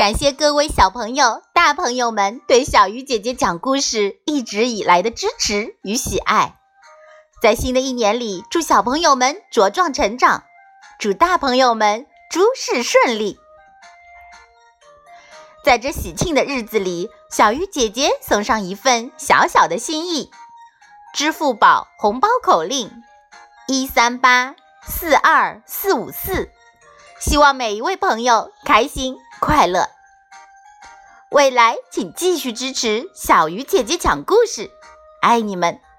感谢各位小朋友、大朋友们对小鱼姐姐讲故事一直以来的支持与喜爱。在新的一年里，祝小朋友们茁壮成长，祝大朋友们诸事顺利。在这喜庆的日子里，小鱼姐姐送上一份小小的心意。支付宝红包口令138-42454，希望每一位朋友开心快乐。未来请继续支持小鱼姐姐讲故事，爱你们。